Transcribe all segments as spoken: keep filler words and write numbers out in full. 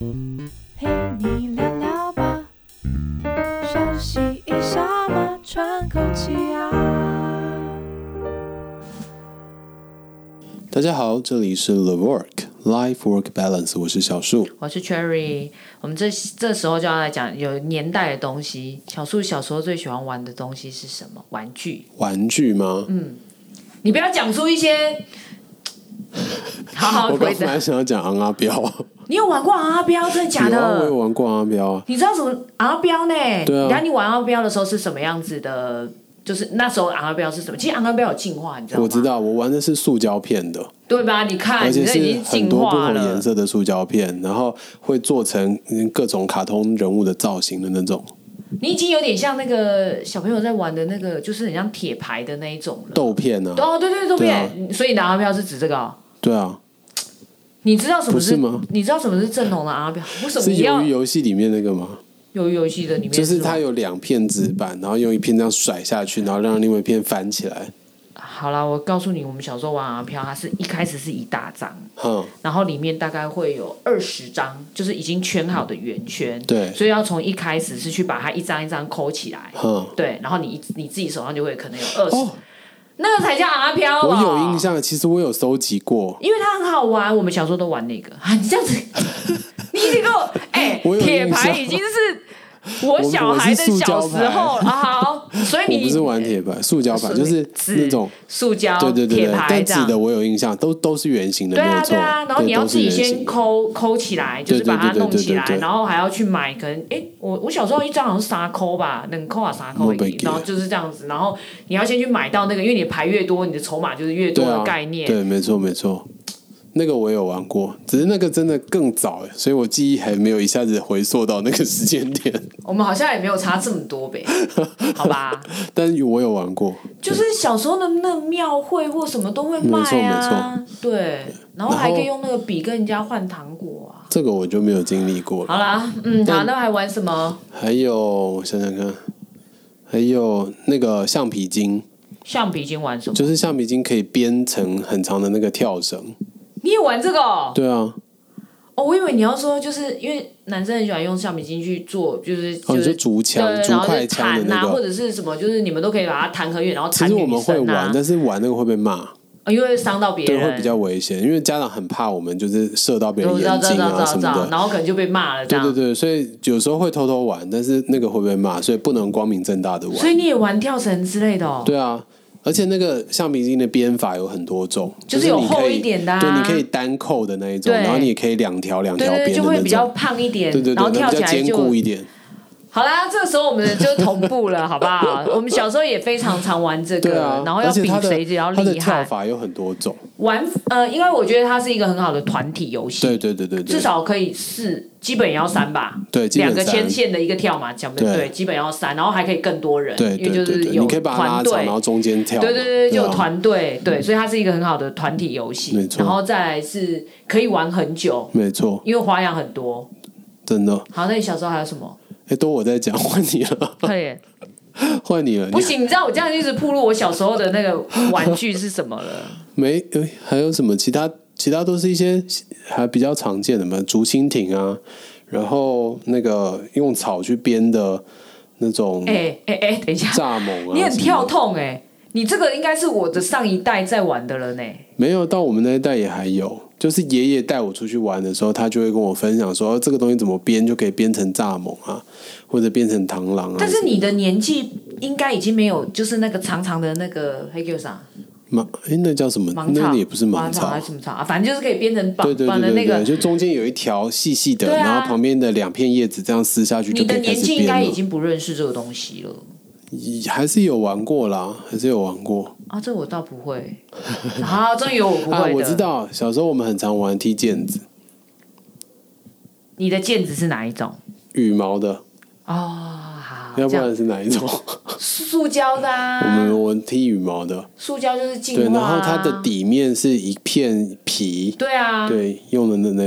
陪你聊聊吧，休息一下嘛，喘口气啊。 大家好，这里是 The Work Life Work Balance， 我是小树， 我是 Cherry。我们这这时候就要来讲有年代的东西。小树小时候最喜欢玩的东西是什么？玩具。 玩具吗？ 嗯，你不要讲出一些。好好我刚回答。 本来想要讲昂阿彪啊， 你有玩过昂阿彪？真的假的？ 有啊，我有玩过昂阿彪啊。 你知道什么昂阿彪呢？ 对啊。 然后你玩昂阿彪的时候是什么样子的？就是那时候昂阿彪是什么？其实昂阿彪有进化，你知道吗？ 我知道，我玩的是塑胶片的， 对吧？你看， 而且是你已经进很多不化了。 同颜色的塑胶片，然后会做成各种卡通人物的造型的那种。 你已经有点像那个小朋友在玩的那个，就是很像铁牌的那一种了。 豆片啊。 哦，对对豆片。 对啊、 所以昂阿彪是指这个、哦。 对啊。 你知道什么是？ 不是吗？ 你知道什么是正统的昂阿彪？为什么是你要？ 鱿鱼游戏里面那个吗？ 鱿鱼游戏的里面就是它有两片纸板，然后用一片这样甩下去，然后让另外一片翻起来。 好啦，我告诉你，我们小时候玩昂阿飘，它是一开始是一大张， 嗯， 然后里面大概会有二十张，就是已经圈好的圆圈， 对， 所以要从一开始是去把它一张一张抠起来， 嗯， 对，然后你你自己手上就会可能有二十、 哦， 那个才叫昂阿飘、哦。 我有印象，其实我有收集过， 因为它很好玩，我们小时候都玩那个啊，你这样子，你这个哎，铁牌已经是。我小孩的小时候啊，好，所以你我不是玩铁牌，塑胶牌就是那种塑胶对对对对， 铁牌但纸的我有印象，都都是圆形的， 对啊没有错。 对啊，然后你要自己先抠抠起来，就是把它弄起来，然后还要去买，可能哎，我我小时候一张好像是三抠吧，两抠啊三抠而已，然后就是这样子，然后你要先去买到那个，因为你牌越多，你的筹码就是越多的概念。 对，没错没错。那个我有玩过，只是那个真的更早，所以我记忆还没有一下子回溯到那个时间点。 我们好像也没有差这么多呗，好吧？ 但我有玩过， 就是小时候的那庙会或什么都会卖啊，没错对，然后还可以用那个笔跟人家换糖果啊。 这个我就没有经历过了。 好啦，嗯，好，那还玩什么？ 还有我想想看，还有那个橡皮筋。 橡皮筋玩什么？ 就是橡皮筋可以编成很长的那个跳绳。 你也玩这个、哦？ 对啊。 哦，我以为你要说，就是因为男生很喜欢用橡皮筋去做，就是就是、 哦、你说竹枪、竹块枪的那个， 或者是什么，就是你们都可以把它弹很远，然后弹女生、啊、 其实我们会玩，但是玩那个会被骂、 哦，因为会伤到别人， 对，会比较危险，因为家长很怕我们就是射到别人眼睛啊什么的， 然后可能就被骂了。 对对对，所以有时候会偷偷玩，但是那个会被骂，所以不能光明正大的玩。 所以你也玩跳绳之类的哦？ 对啊。而且那个橡皮筋的编法有很多种， 就是有厚一点的、啊， 对，你可以单扣的那一种，然后你也可以两条两条编的那种， 对对，就会比较胖一点， 对对对， 然后跳起来就比较坚固一点。 好啦，这个时候我们就同步了，好不好？我们小时候也非常常玩这个， 对啊、 然后要比谁比较厉害。 它的跳法有很多种。 玩呃，因为我觉得它是一个很好的团体游戏， 对对对对对， 至少可以四，基本也要三吧。 对， 两个牵线的一个跳嘛，讲的对，基本要三，然后还可以更多人， 对， 因为就是有你可以把它拉长，然后中间跳。 对对对，就有团队，对，所以它是一个很好的团体游戏。 没错。 然后再来是可以玩很久， 没错， 因为花样很多。 真的。 好，那你小时候还有什么？ 哎，都我在讲，换你了。 对， 换你了。 不行，你知道我这样一直暴露我小时候的那个玩具是什么了？ 没，还有什么其他？其他都是一些还比较常见的嘛，竹蜻蜓啊，然后那个用草去编的那种。 哎哎哎，等一下， 蚱蜢啊， 你很跳痛哎、欸，你这个应该是我的上一代在玩的了呢。 没有，到我们那一代也还有。就是爷爷带我出去玩的时候，他就会跟我分享说，哦、这个东西怎么编就可以编成蚱蜢啊，或者编成螳螂啊。 但是你的年纪应该已经没有，就是那个长长的那个黑叫啥？ 芒哎，那叫什么？那也不是芒草， 还是什么草啊？反正就是可以编成绑对对对的那个， 就中间有一条细细的， 啊、 然后旁边的两片叶子这样撕下去就可以开始编了。 你的年纪应该已经不认识这个东西了。 还是有玩过啦，还是有玩过啊，这我倒不会。啊，终于有我不会的、啊。 我知道，小时候我们很常玩踢毽子。 你的毽子是哪一种？ 羽毛的。 哦，好。 要不然是哪一种？ 塑胶的啊。 我们我踢羽毛的。 塑胶就是进化、啊。 对，然后它的底面是一片皮。 对啊。 对，用的那那种。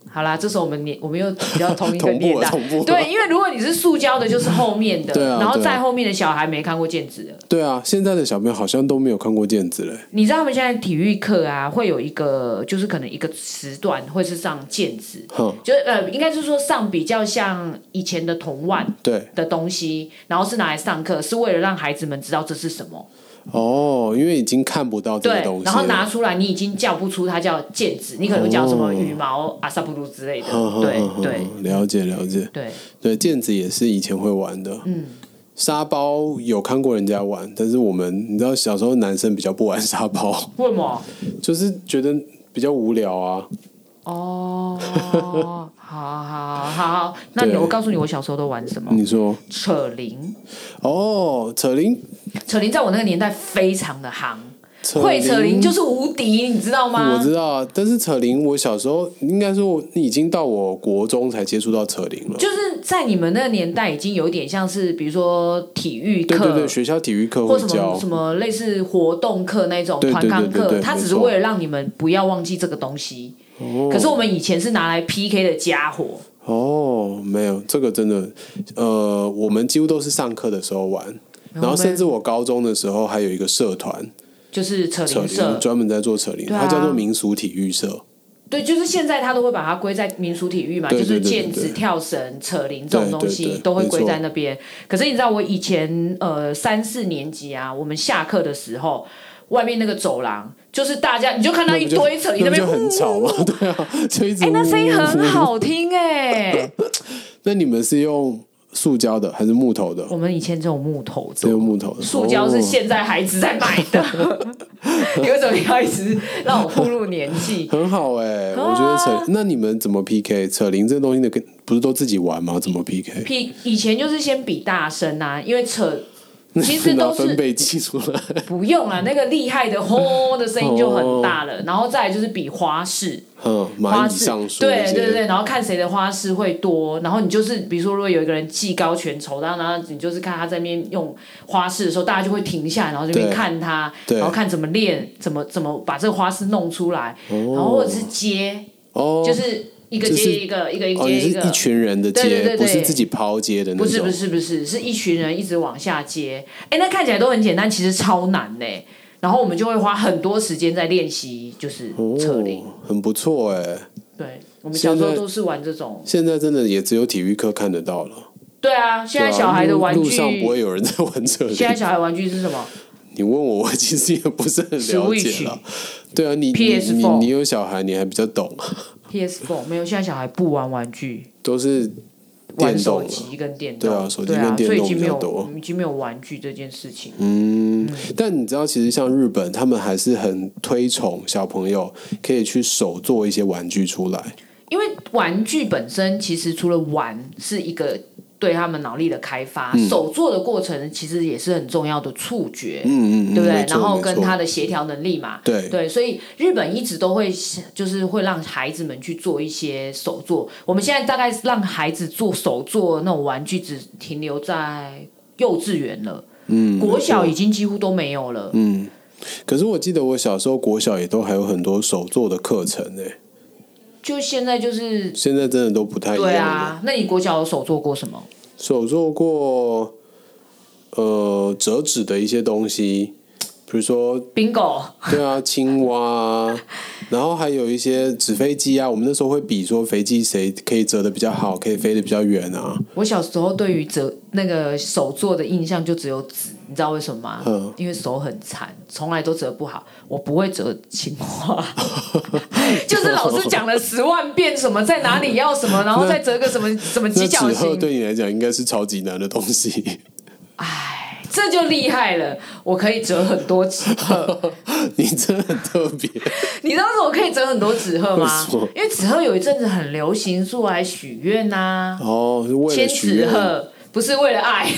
好啦，这时候我们年我们又比较同一个年代， 同步对，因为如果你是塑胶的，就是后面的， 对啊、 然后再后面的小孩没看过毽子的。 对啊，现在的小朋友好像都没有看过毽子嘞。 你知道他们现在体育课啊，会有一个就是可能一个时段会是上毽子，就是呃，应该是说上比较像以前的铜腕对的东西，然后是拿来上课，是为了让孩子们知道这是什么。 哦，因为已经看不到这个东西了， 对，然后拿出来，你已经叫不出它叫毽子，你可能叫什么羽毛、阿萨布鲁之类的。对对， 了解了解。 对对，毽子也是以前会玩的。嗯，沙包有看过人家玩，但是我们你知道小时候男生比较不玩沙包， 为什么？ 就是觉得比较无聊啊。 哦，好好好，那你我告诉你，我小时候都玩什么？ 你说扯铃。 哦，扯铃， 扯铃在我那个年代非常的夯，会扯铃就是无敌，你知道吗？ 我知道啊，但是扯铃，我小时候应该说已经到我国中才接触到扯铃了。 就是在你们那个年代，已经有一点像是，比如说体育课， 对对对，学校体育课会教， 或什么什么类似活动课那种团康课，它只是为了让你们不要忘记这个东西。哦、可是我们以前是拿来 P K 的家伙。 哦，没有，这个真的，呃，我们几乎都是上课的时候玩，然后甚至我高中的时候还有一个社团， 就是扯铃社， 专门在做扯铃，啊、它叫做民俗体育社。 对，就是现在他都会把它归在民俗体育嘛， 对对对对对， 就是毽子、跳绳、扯铃这种东西都会归在那边。可是你知道，我以前呃三四年级啊，我们下课的时候，外面那个走廊就是大家，你就看到一堆扯铃那边， 就很吵嘛，对啊，就一直。 哎，那声音很好听哎、 欸。那你们是用塑胶的还是木头的？ 我们以前只有木头的， 只有木头的， 塑胶是现在孩子在买的。你为什么要一直让我暴露年纪？ 很好哎、欸，我觉得扯，那你们怎么 P K 扯铃这个东西的？不是都自己玩吗？怎么 P K？P 以前就是先比大声啊，因为扯。其实都是分贝计出来， 不用啦，那个厉害的吼的声音就很大了。然后再来就是比花式， 嗯，花式对对对，然后看谁的花式会多。然后你就是比如说，如果有一个人技高权筹，然后然后你就是看他在那边用花式的时候，大家就会停下来，然后这边看他，然后看怎么练，怎么怎么把这个花式弄出来，然后或者是接，哦，就是。一个接一个，一个一个接一个， 哦、是一群人的接， 对对对对， 不是自己抛接的那种。 不是不是不是，是一群人一直往下接。哎，那看起来都很简单，其实超难嘞。然后我们就会花很多时间在练习，就是扯铃、哦， 很不错哎。 对，我们小时候都是玩这种。 现在真的也只有体育课看得到了。 对啊，现在小孩的玩具， 路上不会有人在玩扯铃。 现在小孩玩具是什么？ 你问我，我其实也不是很了解了。对啊，你 P S 四你你有小孩，你还比较懂。 P S 四 没有，现在小孩不玩玩具， 都是玩手机跟电动。 对啊，手机跟电动比较多， 啊、已经没有玩具这件事情。 嗯，嗯但你知道，其实像日本，他们还是很推崇小朋友可以去手做一些玩具出来， 因为玩具本身其实除了玩是一个。对他们脑力的开发，嗯、手做的过程其实也是很重要的触觉， 嗯嗯， 对不对？然后跟他的协调能力嘛， 对对，所以日本一直都会就是会让孩子们去做一些手作。我们现在大概让孩子做手做那种玩具，只停留在幼稚园了，嗯，国小已经几乎都没有了， 嗯。可是我记得我小时候国小也都还有很多手做的课程呢、欸。 就现在就是现在真的都不太一样了。 对啊，那你国小有手做过什么？ 手做过呃折纸的一些东西，比如说 bingo， 对啊，青蛙啊，然后还有一些纸飞机啊。我们那时候会比说飞机谁可以折得比较好，可以飞得比较远啊。 我小时候对于折那个手做的印象就只有纸，你知道为什么吗？ 嗯、 因为手很残，从来都折不好。我不会折青蛙，就是老师讲了十万遍什么在哪里要什么，然后再折个什么什么几角形。 那纸鹤对你来讲应该是超级难的东西。 哎，这就厉害了，我可以折很多纸鹤。 你真的很特别。 你知道为什么我可以折很多纸鹤吗？因为纸鹤有一阵子很流行做来许愿呐。 哦，是为了许愿。 牵纸鹤不是为了爱。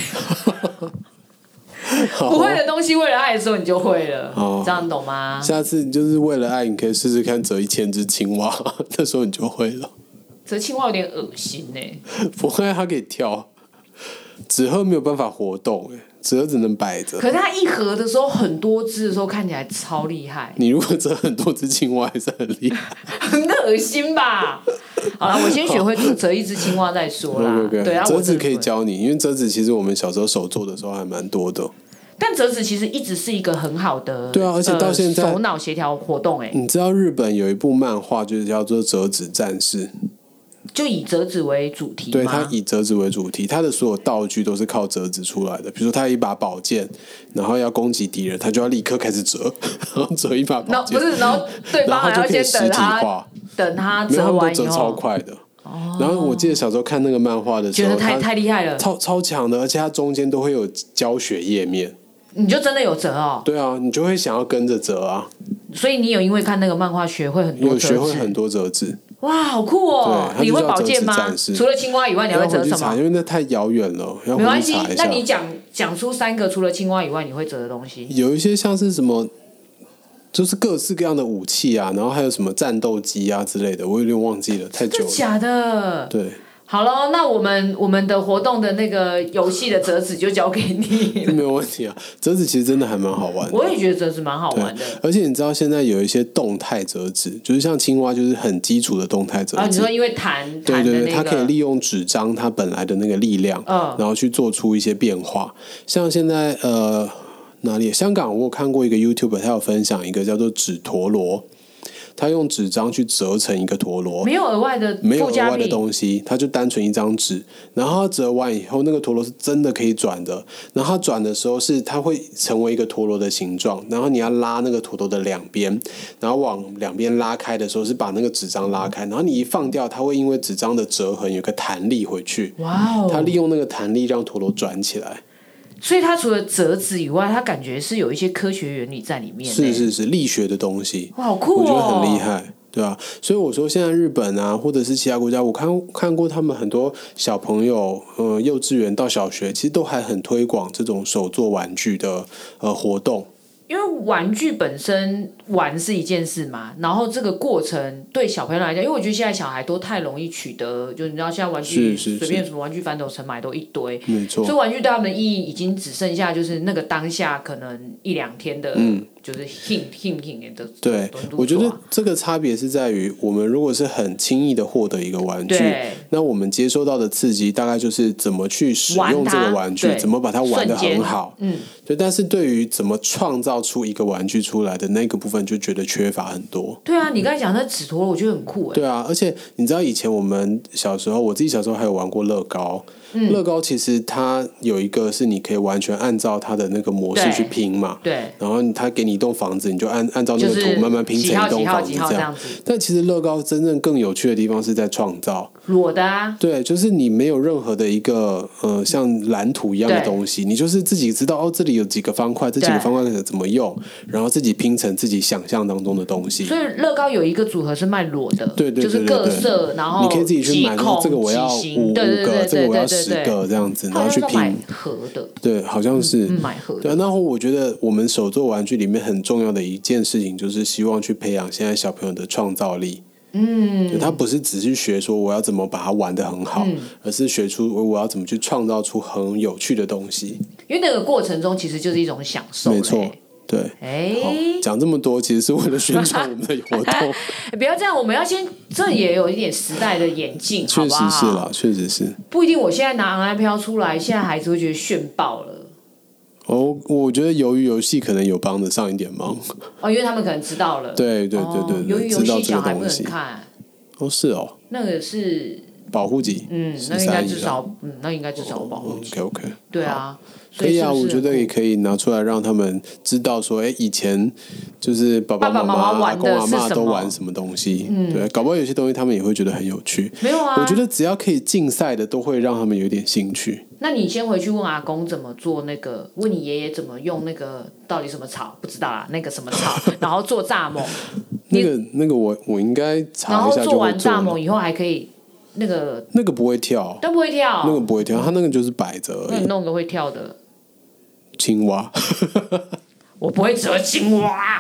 不会的东西，为了爱的时候你就会了，哦、这样懂吗？ 下次就是为了爱，你可以试试看折一千只青蛙，那时候你就会了。 折青蛙有点恶心呢、欸。 不会，它可以跳。 纸鹤没有办法活动、欸，纸鹤只能摆着。 可是它一盒的时候很多只的时候看起来超厉害。 你如果折很多只青蛙，还是很厉害， 很恶心吧？好了，我先学会折一只青蛙再说啦。 okay, okay. 对啊， 折纸可以教你，因为折纸其实我们小时候手做的时候还蛮多的。 但折纸其实一直是一个很好的， 对啊，而且到现在、 呃、手脑协调活动、欸。哎， 你知道日本有一部漫画就是叫做《折纸战士》。 就以折纸为主题吗？ 对，它以折纸为主题，它的所有道具都是靠折纸出来的。比如说，它有一把宝剑，然后要攻击敌人，它就要立刻开始折，然后折一把宝剑。 不是，然后对方还要先等他，等他折完以后， 折超快的。哦、然后我记得小时候看那个漫画的时候， 觉得太太厉害了， 超超强的，而且它中间都会有教学页面。 你就真的有折哦？ 对啊，你就会想要跟着折啊。 所以你有因为看那个漫画学会很多折纸， 有学会很多折纸。 哇，好酷哦！你会宝剑吗？除了青蛙以外，你还会折什么？ 因为那太遥远了，要回去查一下。 没关系，那你讲讲出三个除了青蛙以外你会折的东西。 有一些像是什么，就是各式各样的武器啊，然后还有什么战斗机啊之类的，我有点忘记了，太久了。 真的假的？ 对。 好了，那我们我们的活动的那个游戏的折纸就交给你了。 没有问题啊，折纸其实真的还蛮好玩的。 我也觉得折纸蛮好玩的。 而且你知道现在有一些动态折纸，就是像青蛙，就是很基础的动态折纸。 啊，你说因为弹对对对， 弹的那个， 它可以利用纸张它本来的那个力量， 嗯， 然后去做出一些变化。像现在呃哪里？香港我有看过一个 YouTuber， 他有分享一个叫做纸陀螺。他用纸张去折成一个陀螺， 没有额外的没有额外的东西，它就单纯一张纸。然后它折完以后，那个陀螺是真的可以转的。然后它转的时候是它会成为一个陀螺的形状，然后你要拉那个陀螺的两边，然后往两边拉开的时候是把那个纸张拉开，然后你一放掉，它会因为纸张的折痕有个弹力回去。 哇哦！ 它利用那个弹力让陀螺转起来。 所以它除了折纸以外，它感觉是有一些科学原理在里面。 是是是，力学的东西。 哇，好酷哦！ 我觉得很厉害，对啊。所以我说，现在日本啊，或者是其他国家，我看看过他们很多小朋友，呃，幼稚园到小学，其实都还很推广这种手作玩具的呃活动。 因为玩具本身玩是一件事嘛，然后这个过程对小朋友来讲，因为我觉得现在小孩都太容易取得，就你知道现在玩具随便什么玩具翻斗城买都一堆， 没错。 所以玩具对他们的意义已经只剩下就是那个当下可能一两天的，嗯，就是 him him him 的。 对，我觉得这个差别是在于，我们如果是很轻易的获得一个玩具，那我们接收到的刺激大概就是怎么去使用这个玩具，怎么把它玩得很好，嗯，对。但是对于怎么创造出一个玩具出来的那个部分，就觉得缺乏很多。 对啊，你刚才讲那纸陀螺，我觉得很酷哎。 对啊，而且你知道以前我们小时候，我自己小时候还有玩过乐高。嗯、乐高其实它有一个是你可以完全按照它的那个模式去拼嘛， 对。 然后它给你一栋房子，你就按按照那个图慢慢拼成一栋房子这样。但其实乐高真正更有趣的地方是在创造裸的啊， 对，就是你没有任何的一个呃像蓝图一样的东西，你就是自己知道哦，这里有几个方块，这几个方块怎么用，然后自己拼成自己想象当中的东西。 所以乐高有一个组合是卖裸的， 对对对对对， 就是各色，然后你可以自己去买，这个我要五五个，这个我要十个这样子，然后去拼。 买盒的， 对，好像是、 嗯、买盒的。 对，然后我觉得我们手作玩具里面很重要的一件事情，就是希望去培养现在小朋友的创造力。嗯，他不是只是学说我要怎么把它玩得很好、嗯，而是学出我要怎么去创造出很有趣的东西。 因为那个过程中其实就是一种享受。 没错。对，哎，讲这么多其实是为了宣传我们的活动。 不要这样，我们要先，这也有一点时代的演进， 确实是啦，确实是。 不一定，我现在拿昂安飘出来，现在孩子会觉得炫爆了。 哦，我觉得鱿鱼游戏可能有帮得上一点忙。 哦，因为他们可能知道了。 对对对对对， 鱿鱼游戏小孩不能看。 哦，是哦。 那个是保护级， 嗯，那应该至少，嗯，那应该至少有保护级。 OK OK。 对啊。 可以啊，我觉得也可以拿出来让他们知道说，哎，以前就是爸爸妈妈、阿公阿嬷都玩什么东西，嗯、对，搞不好有些东西他们也会觉得很有趣。 没有啊， 我觉得只要可以竞赛的，都会让他们有点兴趣。 那你先回去问阿公怎么做那个，问你爷爷怎么用那个到底什么草，不知道啦，那个什么草，然后做蚱蜢。 那个那个我我应该查一下就会做。然后做完蚱蜢以后还可以。那个那个不会跳， 都不会跳， 那个不会跳，它那个就是摆着而已。 那你弄个会跳的。 青蛙， 我不会折青蛙。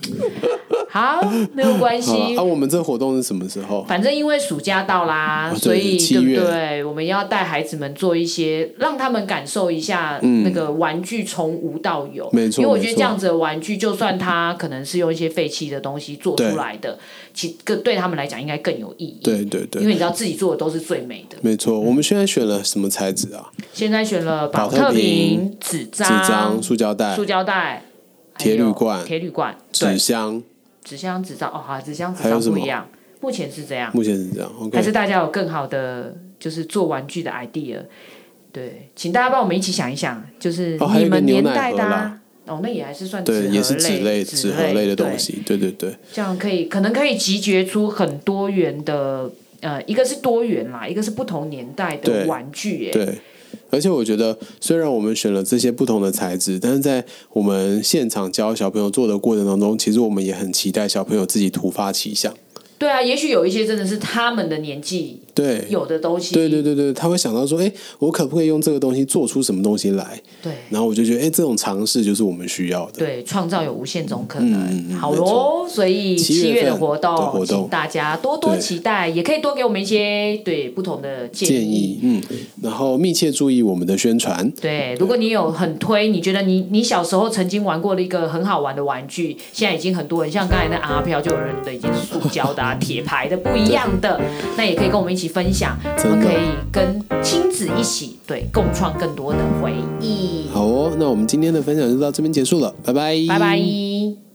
好，没有关系。 啊，我们这活动是什么时候？ 反正因为暑假到啦， 哦、 所以对不对？ 对？我们要带孩子们做一些，让他们感受一下那个玩具从无到有。 没错、 嗯，因为我觉得这样子的玩具，就算它可能是用一些废弃的东西做出来的，其更对他们来讲应该更有意义。 对对对， 因为你知道自己做的都是最美的。 没错，我们现在选了什么材质啊？ 现在选了保特瓶、纸张、 纸张、塑胶袋、 塑胶袋、 铁铝罐、 铁铝罐、 纸箱。 纸箱、纸张哦，好，纸箱、纸张不一样。目前是这样， 目前是这样。Okay、 还是大家有更好的就是做玩具的 idea？ 对，请大家帮我们一起想一想，就是你们年代的、啊哦，哦，那也还是算纸盒类， 对，也是纸类、纸盒类的东西。对对对， 这样可以，可能可以集结出很多元的，呃，一个是多元啦，一个是不同年代的玩具， 对。对，而且我觉得，虽然我们选了这些不同的材质，但是在我们现场教小朋友做的过程当中，其实我们也很期待小朋友自己突发奇想。 对啊，也许有一些真的是他们的年纪对有的东西， 对对对对，他会想到说，哎，我可不可以用这个东西做出什么东西来？ 对， 然后我就觉得，哎，这种尝试就是我们需要的。 对，创造有无限种可能。 嗯嗯、 好咯，所以七月的活动， 活动请大家多多期待，也可以多给我们一些对不同的建议。 建议，嗯，然后密切注意我们的宣传。 对，如果你有很推，你觉得你你小时候曾经玩过的一个很好玩的玩具，现在已经很多人，像刚才那阿飘，就有人的已经是塑胶的、啊、铁牌的。不一样的，那也可以跟我们一起分享，我们可以跟亲子一起对共创更多的回忆。 好哦，那我们今天的分享就到这边结束了，拜拜， 拜拜。